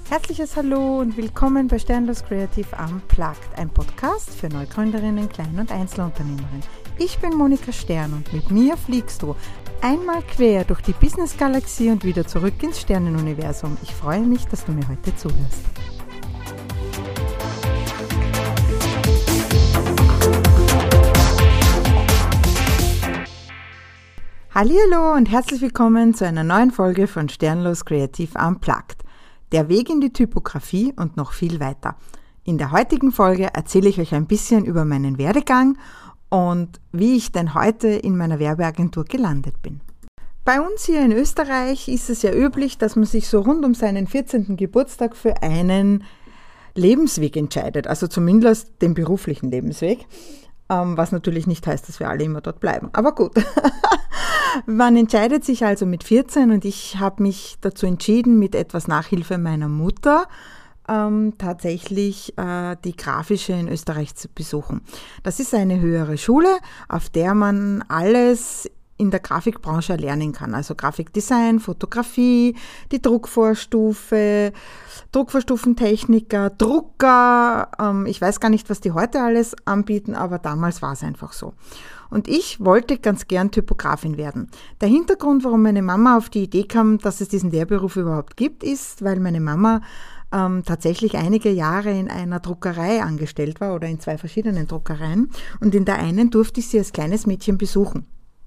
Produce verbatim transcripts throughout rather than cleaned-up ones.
Herzliches Hallo und willkommen bei Sternlos Creative Unplugged, ein Podcast für Neugründerinnen, Klein- und Einzelunternehmerinnen. Ich bin Monika Stern und mit mir fliegst du einmal quer durch die Business-Galaxie und wieder zurück ins Sternenuniversum. Ich freue mich, dass du mir heute zuhörst. Hallihallo und herzlich willkommen zu einer neuen Folge von Sternlos Creative Unplugged. Der Weg in die Typografie und noch viel weiter. In der heutigen Folge erzähle ich euch ein bisschen über meinen Werdegang und wie ich denn heute in meiner Werbeagentur gelandet bin. Bei uns hier in Österreich ist es ja üblich, dass man sich so rund um seinen vierzehnten Geburtstag für einen Lebensweg entscheidet, also zumindest den beruflichen Lebensweg, was natürlich nicht heißt, dass wir alle immer dort bleiben, aber gut. Man entscheidet sich also mit vierzehn und ich habe mich dazu entschieden, mit etwas Nachhilfe meiner Mutter ähm, tatsächlich äh, die Grafische in Österreich zu besuchen. Das ist eine höhere Schule, auf der man alles in der Grafikbranche lernen kann. Also Grafikdesign, Fotografie, die Druckvorstufe, Druckvorstufentechniker, Drucker. Ähm, ich weiß gar nicht, was die heute alles anbieten, aber damals war es einfach so. Und ich wollte ganz gern Typografin werden. Der Hintergrund, warum meine Mama auf die Idee kam, dass es diesen Lehrberuf überhaupt gibt, ist, weil meine Mama ähm, tatsächlich einige Jahre in einer Druckerei angestellt war oder in zwei verschiedenen Druckereien. Und in der einen durfte ich sie als kleines Mädchen besuchen.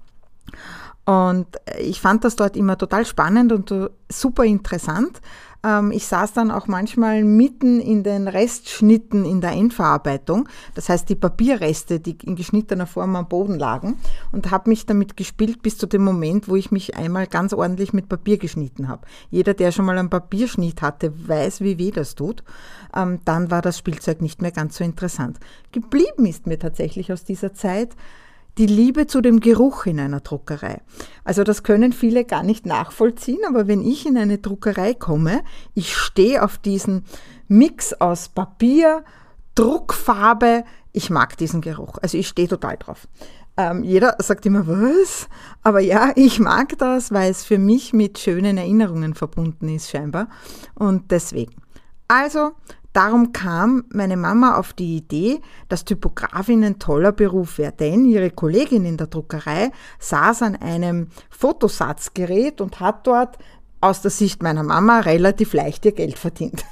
Und ich fand das dort immer total spannend und super interessant. Ich saß dann auch manchmal mitten in den Restschnitten in der Endverarbeitung, das heißt die Papierreste, die in geschnittener Form am Boden lagen, und habe mich damit gespielt bis zu dem Moment, wo ich mich einmal ganz ordentlich mit Papier geschnitten habe. Jeder, der schon mal einen Papierschnitt hatte, weiß, wie weh das tut. Dann war das Spielzeug nicht mehr ganz so interessant. Geblieben ist mir tatsächlich aus dieser Zeit die Liebe zu dem Geruch in einer Druckerei. Also das können viele gar nicht nachvollziehen, aber wenn ich in eine Druckerei komme, ich stehe auf diesen Mix aus Papier, Druckfarbe, ich mag diesen Geruch. Also ich stehe total drauf. Ähm, jeder sagt immer, was? Aber ja, ich mag das, weil es für mich mit schönen Erinnerungen verbunden ist scheinbar. Und deswegen. Also, darum kam meine Mama auf die Idee, dass Typografin ein toller Beruf wäre, denn ihre Kollegin in der Druckerei saß an einem Fotosatzgerät und hat dort aus der Sicht meiner Mama relativ leicht ihr Geld verdient.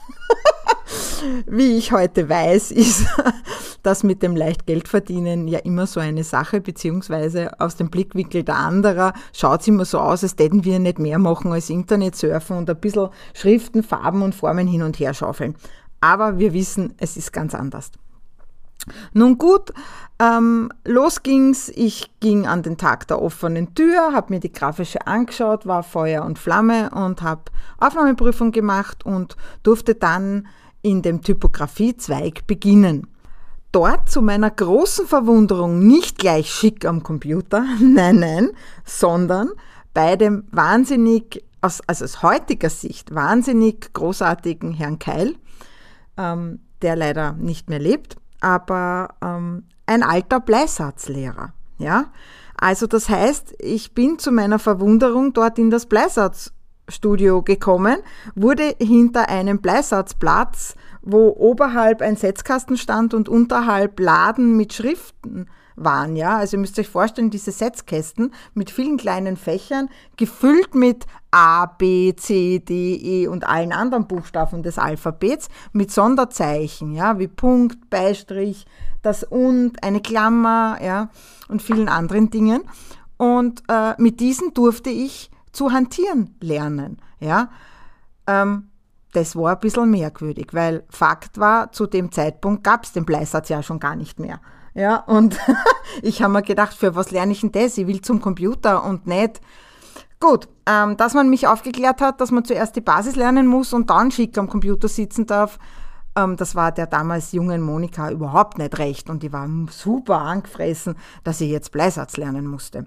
Wie ich heute weiß, ist das mit dem leicht Geld verdienen ja immer so eine Sache, beziehungsweise aus dem Blickwinkel der anderer schaut es immer so aus, als täten wir nicht mehr machen als Internet surfen und ein bisschen Schriften, Farben und Formen hin und her schaufeln. Aber wir wissen, es ist ganz anders. Nun gut, ähm, los ging's. Ich ging an den Tag der offenen Tür, habe mir die Grafische angeschaut, war Feuer und Flamme und habe Aufnahmeprüfung gemacht und durfte dann in dem Typografiezweig beginnen. Dort zu meiner großen Verwunderung nicht gleich schick am Computer, nein, nein, sondern bei dem wahnsinnig, aus, also aus heutiger Sicht, wahnsinnig großartigen Herrn Keil, ähm, der leider nicht mehr lebt, aber ähm, ein alter Bleisatzlehrer. Ja? Also das heißt, ich bin zu meiner Verwunderung dort in das Bleisatzstudio gekommen, wurde hinter einem Bleisatzplatz, wo oberhalb ein Setzkasten stand und unterhalb Laden mit Schriften waren. Ja? Also ihr müsst euch vorstellen, diese Setzkästen mit vielen kleinen Fächern, gefüllt mit A, B, C, D, E und allen anderen Buchstaben des Alphabets mit Sonderzeichen, ja, wie Punkt, Beistrich, das und, eine Klammer, ja, und vielen anderen Dingen. Und äh, mit diesen durfte ich zu hantieren lernen, ja. Ähm, das war ein bisschen merkwürdig, weil Fakt war, zu dem Zeitpunkt gab es den Bleisatz ja schon gar nicht mehr. Ja, und ich habe mir gedacht, für was lerne ich denn das? Ich will zum Computer und nicht. Gut, ähm, dass man mich aufgeklärt hat, dass man zuerst die Basis lernen muss und dann schick am Computer sitzen darf, ähm, das war der damals jungen Monika überhaupt nicht recht und die war super angefressen, dass ich jetzt Bleisatz lernen musste.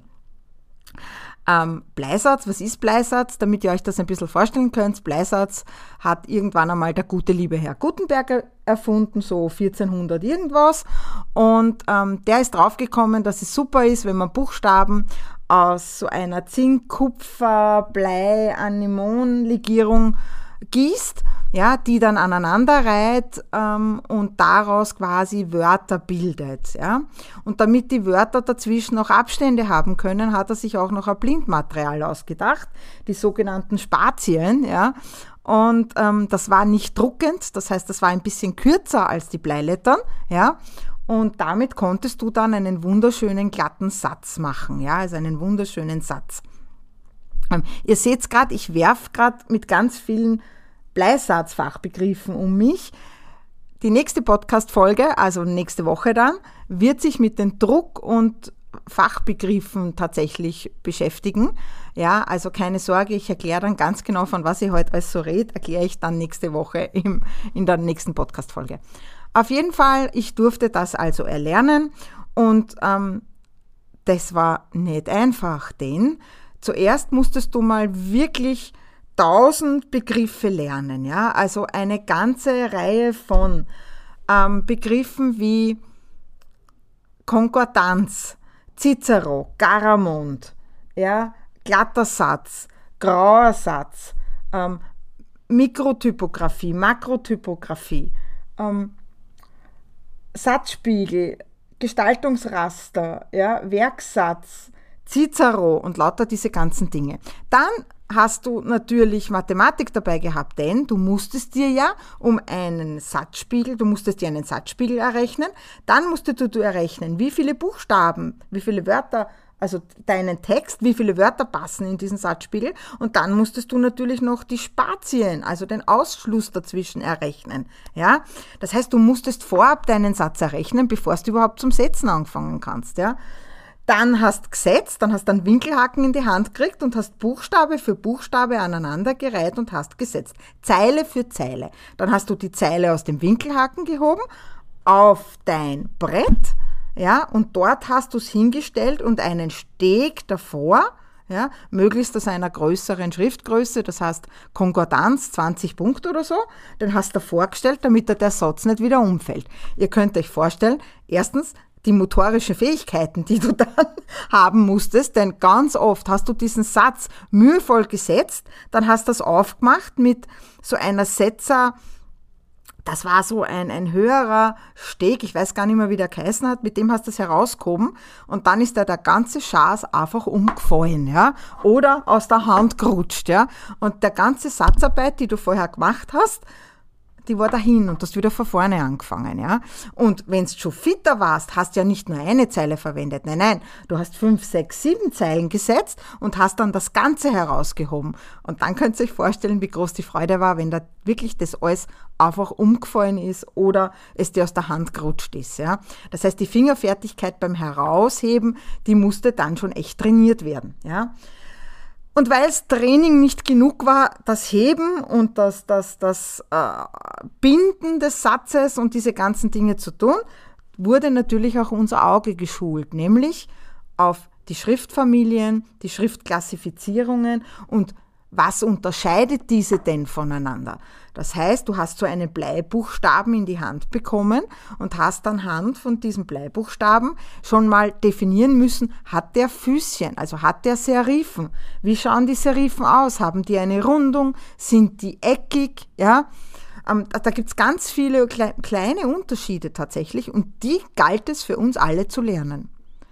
Ähm, Bleisatz, was ist Bleisatz? Damit ihr euch das ein bisschen vorstellen könnt, Bleisatz hat irgendwann einmal der gute liebe Herr Gutenberg erfunden, so vierzehnhundert irgendwas, und ähm, der ist draufgekommen, dass es super ist, wenn man Buchstaben aus so einer Zink-, Kupfer-, Blei-, Anemon-Legierung gießt, ja, die dann aneinander reiht ähm, und daraus quasi Wörter bildet. Ja. Und damit die Wörter dazwischen auch Abstände haben können, hat er sich auch noch ein Blindmaterial ausgedacht, die sogenannten Spazien. Ja. Und ähm, das war nicht druckend, das heißt, das war ein bisschen kürzer als die Bleilettern. Ja. Und damit konntest du dann einen wunderschönen glatten Satz machen, ja, also einen wunderschönen Satz. Ähm, ihr seht gerade, ich werfe gerade mit ganz vielen Bleisatzfachbegriffen um mich. Die nächste Podcast-Folge, also nächste Woche dann, wird sich mit den Druck- und Fachbegriffen tatsächlich beschäftigen. Ja, also keine Sorge, ich erkläre dann ganz genau, von was ich heute alles so rede, erkläre ich dann nächste Woche im, in der nächsten Podcast-Folge. Auf jeden Fall, ich durfte das also erlernen und ähm, das war nicht einfach, denn zuerst musstest du mal wirklich tausend Begriffe lernen, ja, also eine ganze Reihe von ähm, Begriffen wie Konkordanz, Cicero, Garamond, ja, glatter Satz, grauer Satz, ähm, Mikrotypografie, Makrotypografie, ähm, Satzspiegel, Gestaltungsraster, ja, Werksatz, Cicero und lauter diese ganzen Dinge. Dann hast du natürlich Mathematik dabei gehabt, denn du musstest dir ja um einen Satzspiegel, du musstest dir einen Satzspiegel errechnen, dann musstest du, du errechnen, wie viele Buchstaben, wie viele Wörter, also deinen Text, wie viele Wörter passen in diesen Satzspiegel und dann musstest du natürlich noch die Spazien, also den Ausschluss dazwischen errechnen, ja. Das heißt, du musstest vorab deinen Satz errechnen, bevor du überhaupt zum Setzen anfangen kannst, ja. Dann hast gesetzt, dann hast du einen Winkelhaken in die Hand gekriegt und hast Buchstabe für Buchstabe aneinandergereiht und hast gesetzt. Zeile für Zeile. Dann hast du die Zeile aus dem Winkelhaken gehoben auf dein Brett, ja, und dort hast du es hingestellt und einen Steg davor, ja, möglichst aus einer größeren Schriftgröße, das heißt Konkordanz, zwanzig Punkte oder so, den hast du vorgestellt, damit der Satz nicht wieder umfällt. Ihr könnt euch vorstellen, erstens, die motorischen Fähigkeiten, die du dann haben musstest, denn ganz oft hast du diesen Satz mühevoll gesetzt, dann hast du das aufgemacht mit so einer Setzer, das war so ein, ein höherer Steg, ich weiß gar nicht mehr, wie der geheißen hat, mit dem hast du es herausgehoben und dann ist da der ganze Schaß einfach umgefallen, ja, oder aus der Hand gerutscht, ja, und der ganze Satzarbeit, die du vorher gemacht hast, die war dahin und du hast wieder von vorne angefangen, ja. Und wenn du schon fitter warst, hast du ja nicht nur eine Zeile verwendet, nein, nein, du hast fünf, sechs, sieben Zeilen gesetzt und hast dann das Ganze herausgehoben. Und dann könnt ihr euch vorstellen, wie groß die Freude war, wenn da wirklich das alles einfach umgefallen ist oder es dir aus der Hand gerutscht ist, ja. Das heißt, die Fingerfertigkeit beim Herausheben, die musste dann schon echt trainiert werden, ja. Und weil das Training nicht genug war, das Heben und das, das, das äh, Binden des Satzes und diese ganzen Dinge zu tun, wurde natürlich auch unser Auge geschult, nämlich auf die Schriftfamilien, die Schriftklassifizierungen und was unterscheidet diese denn voneinander? Das heißt, du hast so einen Bleibuchstaben in die Hand bekommen und hast anhand von diesem Bleibuchstaben schon mal definieren müssen, hat der Füßchen, also hat der Serifen? Wie schauen die Serifen aus? Haben die eine Rundung? Sind die eckig? Ja? Ähm, da gibt es ganz viele kle- kleine Unterschiede tatsächlich und die galt es für uns alle zu lernen.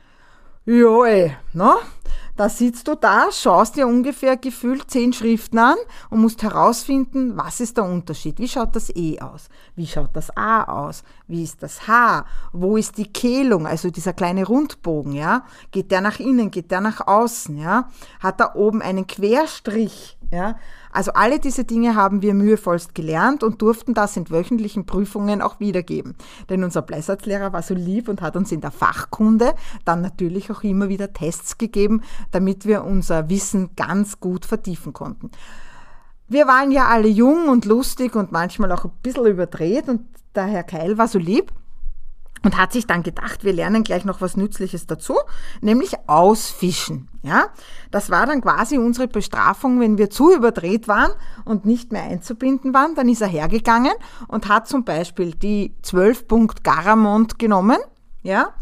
Jo, ey, ne? Da sitzt du da, schaust dir ungefähr gefühlt zehn Schriften an und musst herausfinden, was ist der Unterschied? Wie schaut das E aus? Wie schaut das A aus? Wie ist das H? Wo ist die Kehlung, also dieser kleine Rundbogen, ja? Geht der nach innen, geht der nach außen, ja? Hat da oben einen Querstrich, ja? Also alle diese Dinge haben wir mühevollst gelernt und durften das in wöchentlichen Prüfungen auch wiedergeben. Denn unser Bleisatzlehrer war so lieb und hat uns in der Fachkunde dann natürlich auch immer wieder Tests gegeben, damit wir unser Wissen ganz gut vertiefen konnten. Wir waren ja alle jung und lustig und manchmal auch ein bisschen überdreht und der Herr Keil war so lieb und hat sich dann gedacht, wir lernen gleich noch was Nützliches dazu, nämlich ausfischen. Ja, das war dann quasi unsere Bestrafung, wenn wir zu überdreht waren und nicht mehr einzubinden waren. Dann ist er hergegangen und hat zum Beispiel die zwölf Punkt Garamond genommen, ja,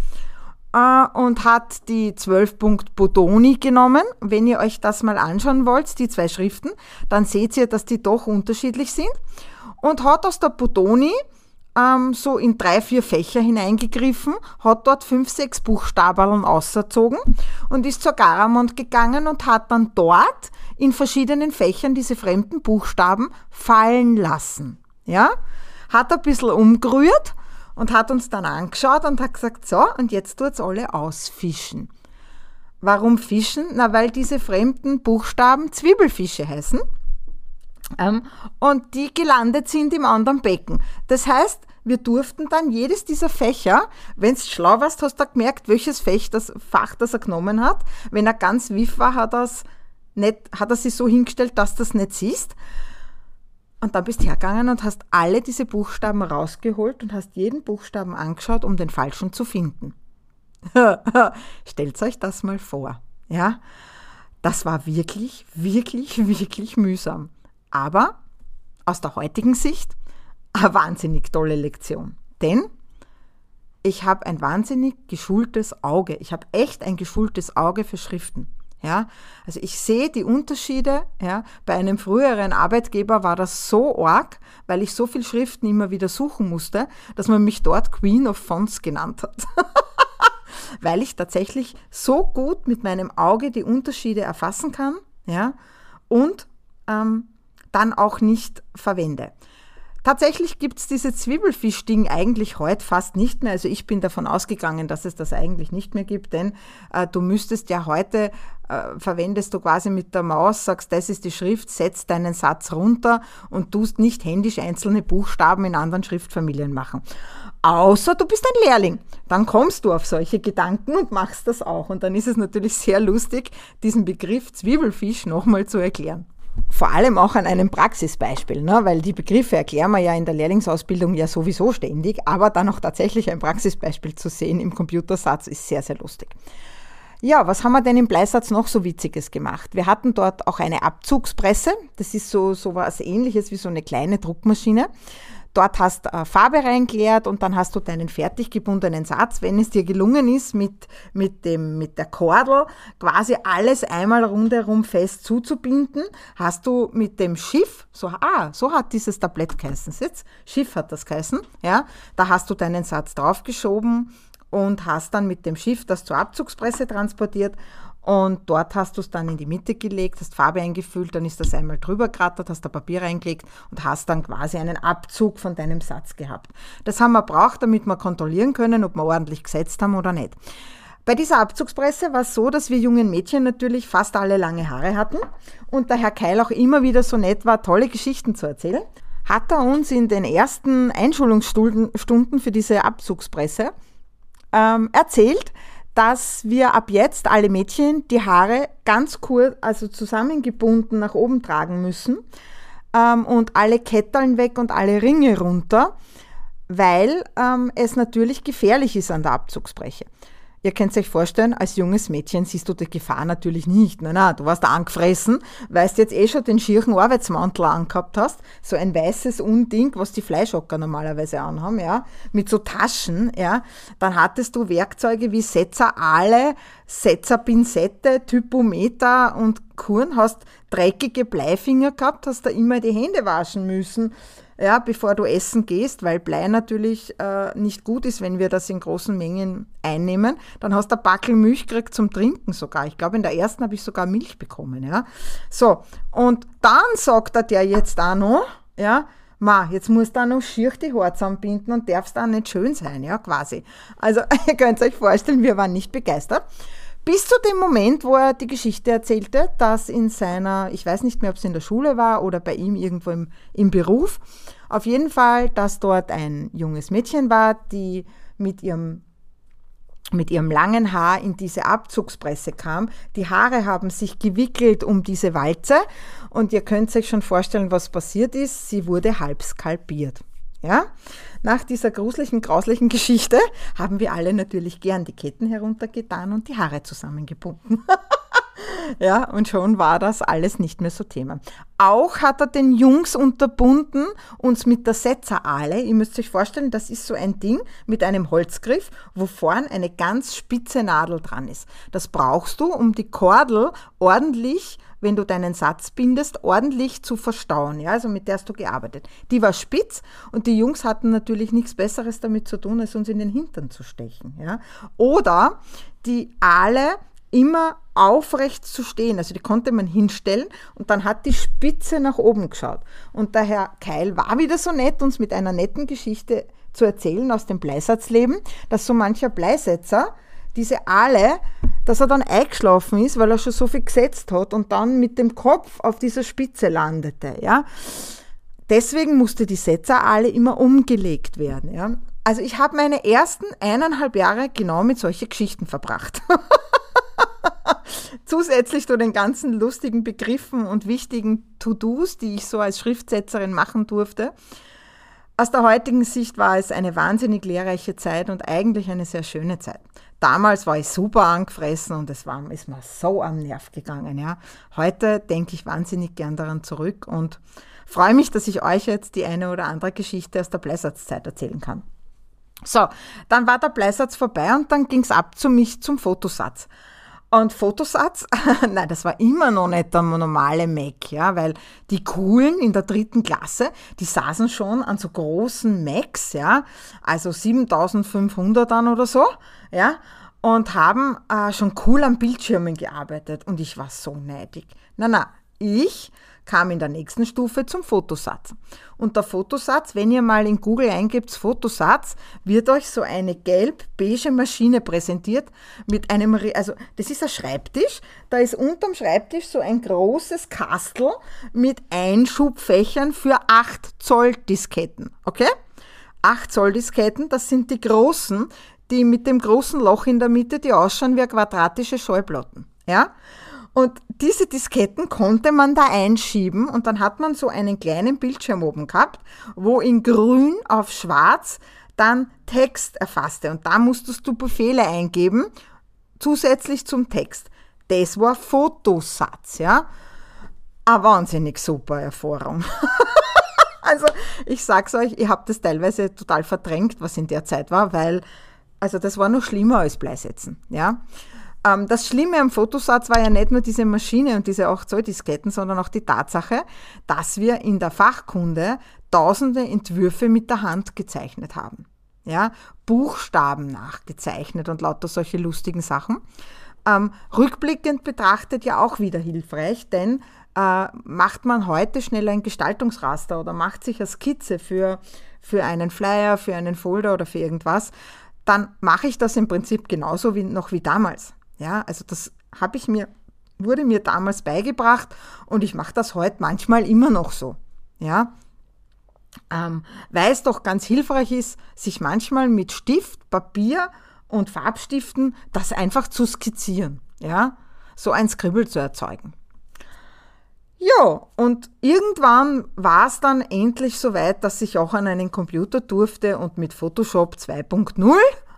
und hat die zwölf Punkt Bodoni genommen. Wenn ihr euch das mal anschauen wollt, die zwei Schriften, dann seht ihr, dass die doch unterschiedlich sind. und hat aus der Bodoni ähm, so in drei, vier Fächer hineingegriffen, hat dort fünf, sechs Buchstaben ausgezogen und ist zur Garamond gegangen und hat dann dort in verschiedenen Fächern diese fremden Buchstaben fallen lassen. Ja? Hat ein bisschen umgerührt und hat uns dann angeschaut und hat gesagt, so, und jetzt tut's alle ausfischen. Warum fischen? Na, weil diese fremden Buchstaben Zwiebelfische heißen ähm, und die gelandet sind im anderen Becken. Das heißt, wir durften dann jedes dieser Fächer, wenn du schlau warst, hast du gemerkt, welches Fach das, Fach das er genommen hat. Wenn er ganz wiff war, hat, nicht, hat er sich so hingestellt, dass du das nicht siehst. Und dann bist du hergegangen und hast alle diese Buchstaben rausgeholt und hast jeden Buchstaben angeschaut, um den falschen zu finden. Stellt euch das mal vor. Ja? Das war wirklich, wirklich, wirklich mühsam. Aber aus der heutigen Sicht eine wahnsinnig tolle Lektion. Denn ich habe ein wahnsinnig geschultes Auge. Ich habe echt ein geschultes Auge für Schriften. Ja, also ich sehe die Unterschiede. Ja, bei einem früheren Arbeitgeber war das so arg, weil ich so viel Schriften immer wieder suchen musste, dass man mich dort Queen of Fonts genannt hat. Weil ich tatsächlich so gut mit meinem Auge die Unterschiede erfassen kann, ja, und ähm, dann auch nicht verwende. Tatsächlich gibt es diese Zwiebelfisch-Ding eigentlich heute fast nicht mehr. Also ich bin davon ausgegangen, dass es das eigentlich nicht mehr gibt, denn äh, du müsstest ja heute, äh, verwendest du quasi mit der Maus, sagst, das ist die Schrift, setzt deinen Satz runter und tust nicht händisch einzelne Buchstaben in anderen Schriftfamilien machen. Außer du bist ein Lehrling. Dann kommst du auf solche Gedanken und machst das auch. Und dann ist es natürlich sehr lustig, diesen Begriff Zwiebelfisch nochmal zu erklären. Vor allem auch an einem Praxisbeispiel, ne? Weil die Begriffe erklären wir ja in der Lehrlingsausbildung ja sowieso ständig, aber dann auch tatsächlich ein Praxisbeispiel zu sehen im Computersatz ist sehr, sehr lustig. Ja, was haben wir denn im Bleisatz noch so Witziges gemacht? Wir hatten dort auch eine Abzugspresse, das ist so, so was Ähnliches wie so eine kleine Druckmaschine. Dort hast du Farbe reingeleert und dann hast du deinen fertig gebundenen Satz, wenn es dir gelungen ist, mit, mit, dem, mit der Kordel quasi alles einmal rundherum fest zuzubinden, hast du mit dem Schiff, so, ah, so hat dieses Tablett geheißen, jetzt, Schiff hat das geheißen, ja, da hast du deinen Satz draufgeschoben und hast dann mit dem Schiff das zur Abzugspresse transportiert. Und dort hast du es dann in die Mitte gelegt, hast Farbe eingefüllt, dann ist das einmal drüber gerattert, hast da Papier reingelegt und hast dann quasi einen Abzug von deinem Satz gehabt. Das haben wir braucht, damit wir kontrollieren können, ob wir ordentlich gesetzt haben oder nicht. Bei dieser Abzugspresse war es so, dass wir jungen Mädchen natürlich fast alle lange Haare hatten und der Herr Keil auch immer wieder so nett war, tolle Geschichten zu erzählen. Hat er uns in den ersten Einschulungsstunden für diese Abzugspresse ähm, erzählt, dass wir ab jetzt alle Mädchen die Haare ganz kurz, also zusammengebunden nach oben tragen müssen ähm, und alle Ketteln weg und alle Ringe runter, weil ähm, es natürlich gefährlich ist an der Abzugsbreche. Ihr könnt euch vorstellen, als junges Mädchen siehst du die Gefahr natürlich nicht. Nein, nein, du warst da angefressen, weil du jetzt eh schon den schierchen Arbeitsmantel angehabt hast, so ein weißes Unding, was die Fleischhocker normalerweise anhaben, ja, mit so Taschen, ja. Dann hattest du Werkzeuge wie Setzeraale, Setzerpinzette, Typometer und Kuren, hast dreckige Bleifinger gehabt, hast da immer die Hände waschen müssen, ja, bevor du essen gehst, weil Blei natürlich äh, nicht gut ist, wenn wir das in großen Mengen einnehmen. Dann hast du ein Backel Milch gekriegt zum Trinken sogar. Ich glaube, in der ersten habe ich sogar Milch bekommen. Ja. So, und dann sagt er der jetzt auch noch, ja, ma, jetzt musst du auch noch schier die Haare zusammenbinden und darfst auch nicht schön sein, ja, quasi. Also, ihr könnt euch vorstellen, wir waren nicht begeistert. Bis zu dem Moment, wo er die Geschichte erzählte, dass in seiner, ich weiß nicht mehr, ob es in der Schule war oder bei ihm irgendwo im, im Beruf, auf jeden Fall, dass dort ein junges Mädchen war, die mit ihrem, mit ihrem langen Haar in diese Abzugspresse kam. Die Haare haben sich gewickelt um diese Walze und ihr könnt euch schon vorstellen, was passiert ist. Sie wurde halb skalpiert. Ja? Nach dieser gruseligen, grauslichen Geschichte haben wir alle natürlich gern die Ketten heruntergetan und die Haare zusammengebunden. Ja, und schon war das alles nicht mehr so Thema. Auch hat er den Jungs unterbunden, uns mit der Setzeraale, ihr müsst euch vorstellen, das ist so ein Ding mit einem Holzgriff, wo vorn eine ganz spitze Nadel dran ist. Das brauchst du, um die Kordel ordentlich wenn du deinen Satz bindest, ordentlich zu verstauen, ja, also mit der hast du gearbeitet. Die war spitz und die Jungs hatten natürlich nichts Besseres damit zu tun, als uns in den Hintern zu stechen, ja. Oder die Aale immer aufrecht zu stehen, also die konnte man hinstellen und dann hat die Spitze nach oben geschaut. Und der Herr Keil war wieder so nett, uns mit einer netten Geschichte zu erzählen aus dem Bleisatzleben, dass so mancher Bleisetzer diese Aale, dass er dann eingeschlafen ist, weil er schon so viel gesetzt hat und dann mit dem Kopf auf dieser Spitze landete. Ja. Deswegen musste die Setzeraale immer umgelegt werden. Ja. Also ich habe meine ersten eineinhalb Jahre genau mit solchen Geschichten verbracht. Zusätzlich zu den ganzen lustigen Begriffen und wichtigen To-Dos, die ich so als Schriftsetzerin machen durfte. Aus der heutigen Sicht war es eine wahnsinnig lehrreiche Zeit und eigentlich eine sehr schöne Zeit. Damals war ich super angefressen und es war, ist mir so am Nerv gegangen. Ja. Heute denke ich wahnsinnig gern daran zurück und freue mich, dass ich euch jetzt die eine oder andere Geschichte aus der Bleisatzzeit erzählen kann. So, dann war der Bleisatz vorbei und dann ging es ab zu mich zum Fotosatz. Und Fotosatz, nein, das war immer noch nicht der normale Mac, ja, weil die Coolen in der dritten Klasse, die saßen schon an so großen Macs, ja, also siebentausendfünfhundert an oder so, ja, und haben äh, schon cool an Bildschirmen gearbeitet und ich war so neidig. Na, na, ich kam in der nächsten Stufe zum Fotosatz. Und der Fotosatz, wenn ihr mal in Google eingebt Fotosatz, wird euch so eine gelb-beige Maschine präsentiert mit einem, also das ist ein Schreibtisch, da ist unterm Schreibtisch so ein großes Kastel mit Einschubfächern für acht Zoll Disketten, okay? acht Zoll Disketten, das sind die großen, die mit dem großen Loch in der Mitte, die ausschauen wie quadratische Schallplatten, ja? Und diese Disketten konnte man da einschieben und dann hat man so einen kleinen Bildschirm oben gehabt, wo in grün auf schwarz dann Text erfasste. Und da musstest du Befehle eingeben, zusätzlich zum Text. Das war Fotosatz, ja. Eine wahnsinnig super Erfahrung. Also ich sag's euch, ich habe das teilweise total verdrängt, was in der Zeit war, weil, also das war noch schlimmer als Bleisetzen, ja. Das Schlimme am Fotosatz war ja nicht nur diese Maschine und diese acht Zoll Disketten, sondern auch die Tatsache, dass wir in der Fachkunde tausende Entwürfe mit der Hand gezeichnet haben. Ja, Buchstaben nachgezeichnet und lauter solche lustigen Sachen. Ähm, rückblickend betrachtet ja auch wieder hilfreich, denn äh, macht man heute schnell ein Gestaltungsraster oder macht sich eine Skizze für, für einen Flyer, für einen Folder oder für irgendwas, dann mache ich das im Prinzip genauso wie noch wie damals. Ja, also das habe ich mir, wurde mir damals beigebracht und ich mache das heute manchmal immer noch so. Ja, ähm, weil es doch ganz hilfreich ist, sich manchmal mit Stift, Papier und Farbstiften das einfach zu skizzieren. Ja, so ein Skribbel zu erzeugen. Ja, und irgendwann war es dann endlich soweit, dass ich auch an einen Computer durfte und mit Photoshop zwei Punkt null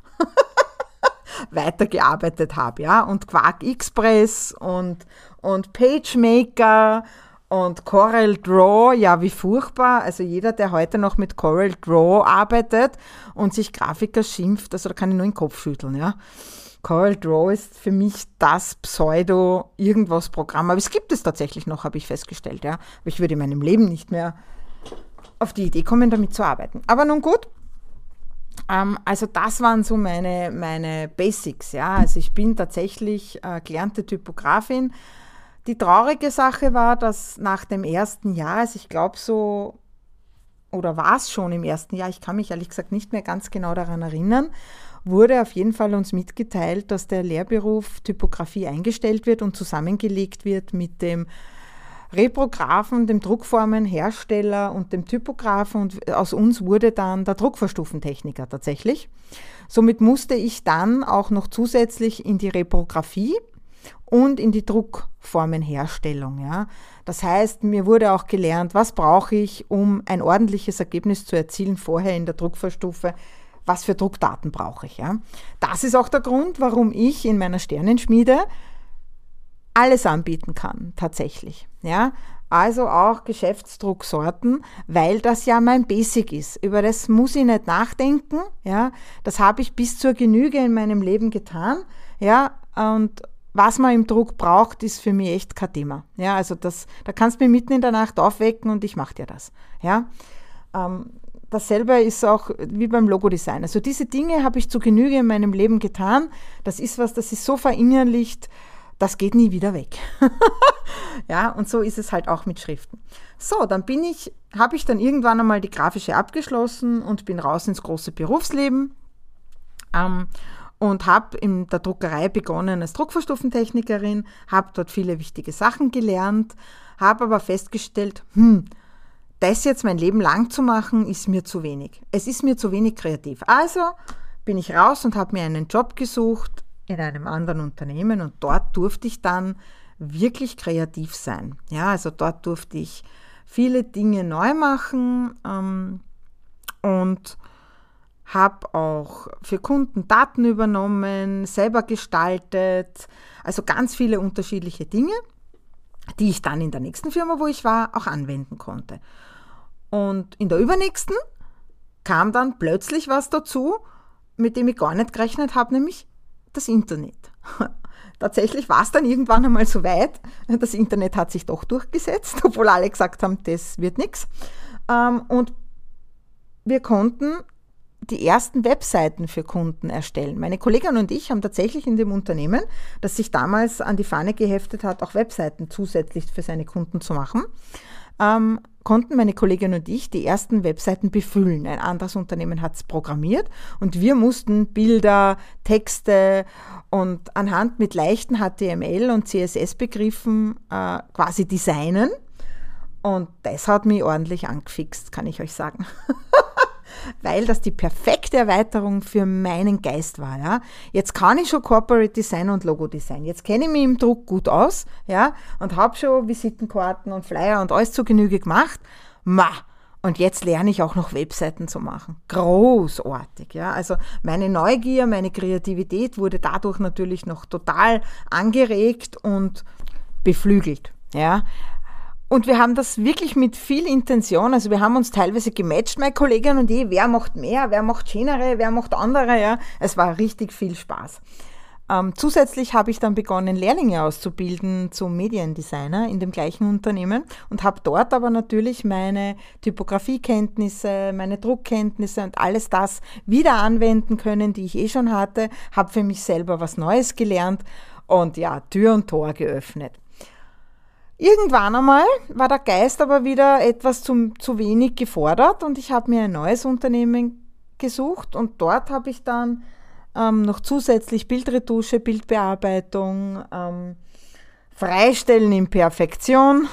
weitergearbeitet habe, ja, und Quark Express und, und PageMaker und Corel Draw, ja, wie furchtbar, also jeder, der heute noch mit Corel Draw arbeitet und sich Grafiker schimpft, also da kann ich nur den Kopf schütteln, ja. Corel Draw ist für mich das Pseudo-Irgendwas-Programm, aber es gibt es tatsächlich noch, habe ich festgestellt, ja, aber ich würde in meinem Leben nicht mehr auf die Idee kommen, damit zu arbeiten. Aber nun gut. Also das waren so meine, meine Basics, ja, also ich bin tatsächlich äh, gelernte Typografin. Die traurige Sache war, dass nach dem ersten Jahr, also ich glaube so, oder war es schon im ersten Jahr, ich kann mich ehrlich gesagt nicht mehr ganz genau daran erinnern, wurde auf jeden Fall uns mitgeteilt, dass der Lehrberuf Typografie eingestellt wird und zusammengelegt wird mit dem Reprografen, dem Druckformenhersteller und dem Typografen und aus uns wurde dann der Druckvorstufentechniker tatsächlich. Somit musste ich dann auch noch zusätzlich in die Reprografie und in die Druckformenherstellung. Ja. Das heißt, mir wurde auch gelernt, was brauche ich, um ein ordentliches Ergebnis zu erzielen vorher in der Druckvorstufe, was für Druckdaten brauche ich. Ja. Das ist auch der Grund, warum ich in meiner Sternenschmiede alles anbieten kann, tatsächlich. Ja, also auch Geschäftsdrucksorten, weil das ja mein Basic ist. Über das muss ich nicht nachdenken. Ja, das habe ich bis zur Genüge in meinem Leben getan. Ja, und was man im Druck braucht, ist für mich echt kein Thema. Ja, also das, da kannst du mich mitten in der Nacht aufwecken und ich mache dir das. Ja, ähm, dasselbe ist auch wie beim Logodesign. Also diese Dinge habe ich zu Genüge in meinem Leben getan. Das ist was, das ist so verinnerlicht, das geht nie wieder weg. Ja, und so ist es halt auch mit Schriften. So, dann bin ich, habe ich dann irgendwann einmal die grafische abgeschlossen und bin raus ins große Berufsleben ähm, und habe in der Druckerei begonnen als Druckverstufentechnikerin, habe dort viele wichtige Sachen gelernt, habe aber festgestellt, hm, das jetzt mein Leben lang zu machen, ist mir zu wenig. Es ist mir zu wenig kreativ. Also bin ich raus und habe mir einen Job gesucht in einem anderen Unternehmen und dort durfte ich dann wirklich kreativ sein. Ja, also dort durfte ich viele Dinge neu machen ähm, und habe auch für Kunden Daten übernommen, selber gestaltet, also ganz viele unterschiedliche Dinge, die ich dann in der nächsten Firma, wo ich war, auch anwenden konnte. Und in der übernächsten kam dann plötzlich was dazu, mit dem ich gar nicht gerechnet habe, nämlich das Internet. Tatsächlich war es dann irgendwann einmal so weit, das Internet hat sich doch durchgesetzt, obwohl alle gesagt haben, das wird nichts. Und wir konnten die ersten Webseiten für Kunden erstellen. Meine Kollegin und ich haben tatsächlich in dem Unternehmen, das sich damals an die Fahne geheftet hat, auch Webseiten zusätzlich für seine Kunden zu machen, ähm, konnten meine Kollegin und ich die ersten Webseiten befüllen. Ein anderes Unternehmen hat es programmiert und wir mussten Bilder, Texte und anhand mit leichten H T M L und C S S-Begriffen äh, quasi designen. Und das hat mich ordentlich angefixt, kann ich euch sagen. Weil das die perfekte Erweiterung für meinen Geist war. Ja. Jetzt kann ich schon Corporate Design und Logo Design. Jetzt kenne ich mich im Druck gut aus, ja, und habe schon Visitenkarten und Flyer und alles zu Genüge gemacht. Ma, und jetzt lerne ich auch noch Webseiten zu machen. Großartig, ja. Also meine Neugier, meine Kreativität wurde dadurch natürlich noch total angeregt und beflügelt, ja. Und wir haben das wirklich mit viel Intention, also wir haben uns teilweise gematcht, meine Kollegin und ich, wer macht mehr, wer macht schönere, wer macht andere, ja. Es war richtig viel Spaß. Ähm, zusätzlich habe ich dann begonnen, Lehrlinge auszubilden zum Mediendesigner in dem gleichen Unternehmen und habe dort aber natürlich meine Typografiekenntnisse, meine Druckkenntnisse und alles das wieder anwenden können, die ich eh schon hatte, habe für mich selber was Neues gelernt und ja, Tür und Tor geöffnet. Irgendwann einmal war der Geist aber wieder etwas zum, zu wenig gefordert und ich habe mir ein neues Unternehmen gesucht und dort habe ich dann ähm, noch zusätzlich Bildretusche, Bildbearbeitung, ähm, Freistellen in Perfektion,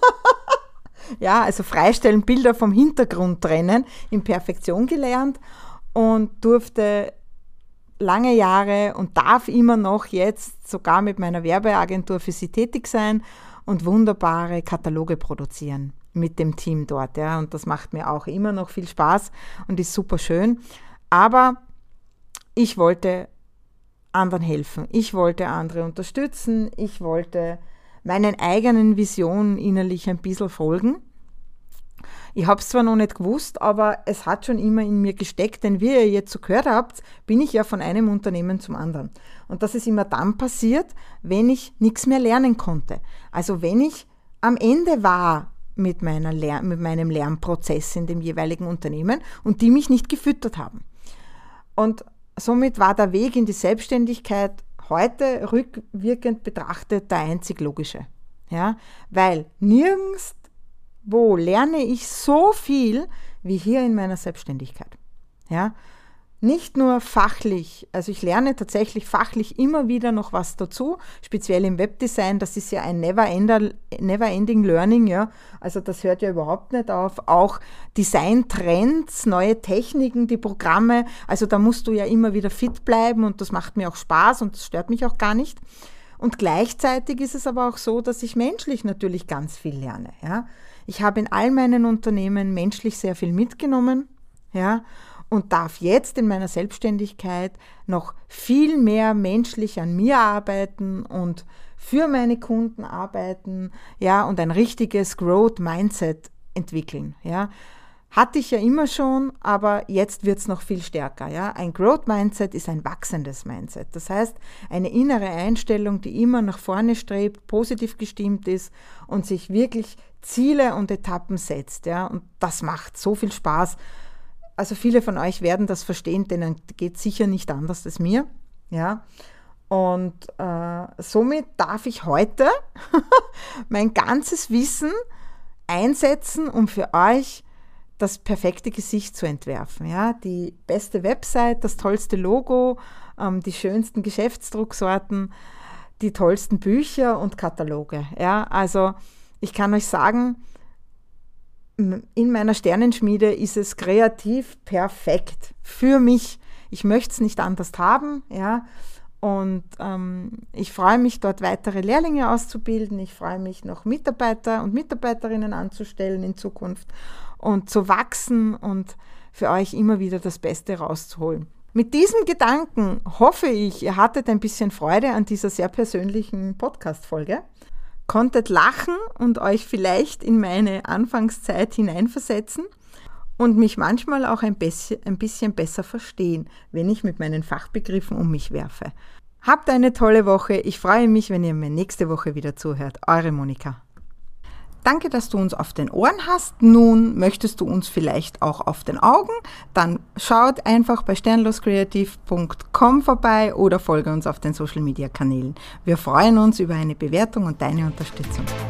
ja, also Freistellen, Bilder vom Hintergrund trennen, in Perfektion gelernt und durfte lange Jahre und darf immer noch jetzt sogar mit meiner Werbeagentur für sie tätig sein und wunderbare Kataloge produzieren mit dem Team dort. Ja. Und das macht mir auch immer noch viel Spaß und ist super schön. Aber ich wollte anderen helfen. Ich wollte andere unterstützen. Ich wollte meinen eigenen Visionen innerlich ein bisschen folgen. Ich habe es zwar noch nicht gewusst, aber es hat schon immer in mir gesteckt, denn wie ihr jetzt so gehört habt, bin ich ja von einem Unternehmen zum anderen. Und das ist immer dann passiert, wenn ich nichts mehr lernen konnte. Also wenn ich am Ende war mit, meiner Lern- mit meinem Lernprozess in dem jeweiligen Unternehmen und die mich nicht gefüttert haben. Und somit war der Weg in die Selbstständigkeit heute rückwirkend betrachtet der einzig logische. Ja? Weil nirgends wo lerne ich so viel wie hier in meiner Selbstständigkeit. Ja? Nicht nur fachlich, also ich lerne tatsächlich fachlich immer wieder noch was dazu, speziell im Webdesign, das ist ja ein never-ending never Learning, ja? Also das hört ja überhaupt nicht auf. Auch Designtrends, neue Techniken, die Programme, also da musst du ja immer wieder fit bleiben und das macht mir auch Spaß und das stört mich auch gar nicht. Und gleichzeitig ist es aber auch so, dass ich menschlich natürlich ganz viel lerne. Ja? Ich habe in all meinen Unternehmen menschlich sehr viel mitgenommen, ja, und darf jetzt in meiner Selbstständigkeit noch viel mehr menschlich an mir arbeiten und für meine Kunden arbeiten, ja, und ein richtiges Growth Mindset entwickeln, ja. Hatte ich ja immer schon, aber jetzt wird es noch viel stärker. Ja? Ein Growth Mindset ist ein wachsendes Mindset. Das heißt, eine innere Einstellung, die immer nach vorne strebt, positiv gestimmt ist und sich wirklich Ziele und Etappen setzt. Ja? Und das macht so viel Spaß. Also viele von euch werden das verstehen, denen geht es sicher nicht anders als mir. Ja? Und äh, somit darf ich heute mein ganzes Wissen einsetzen, um für euch das perfekte Gesicht zu entwerfen. Ja? Die beste Website, das tollste Logo, ähm, die schönsten Geschäftsdrucksorten, die tollsten Bücher und Kataloge. Ja? Also ich kann euch sagen, in meiner Sternenschmiede ist es kreativ perfekt für mich. Ich möchte es nicht anders haben. Ja? Und ähm, ich freue mich, dort weitere Lehrlinge auszubilden. Ich freue mich, noch Mitarbeiter und Mitarbeiterinnen anzustellen in Zukunft und zu wachsen und für euch immer wieder das Beste rauszuholen. Mit diesem Gedanken hoffe ich, ihr hattet ein bisschen Freude an dieser sehr persönlichen Podcast-Folge, konntet lachen und euch vielleicht in meine Anfangszeit hineinversetzen und mich manchmal auch ein bisschen, ein bisschen besser verstehen, wenn ich mit meinen Fachbegriffen um mich werfe. Habt eine tolle Woche. Ich freue mich, wenn ihr mir nächste Woche wieder zuhört. Eure Monika. Danke, dass du uns auf den Ohren hast. Nun möchtest du uns vielleicht auch auf den Augen? Dann schaut einfach bei sternloskreativ punkt com vorbei oder folge uns auf den Social Media Kanälen. Wir freuen uns über eine Bewertung und deine Unterstützung.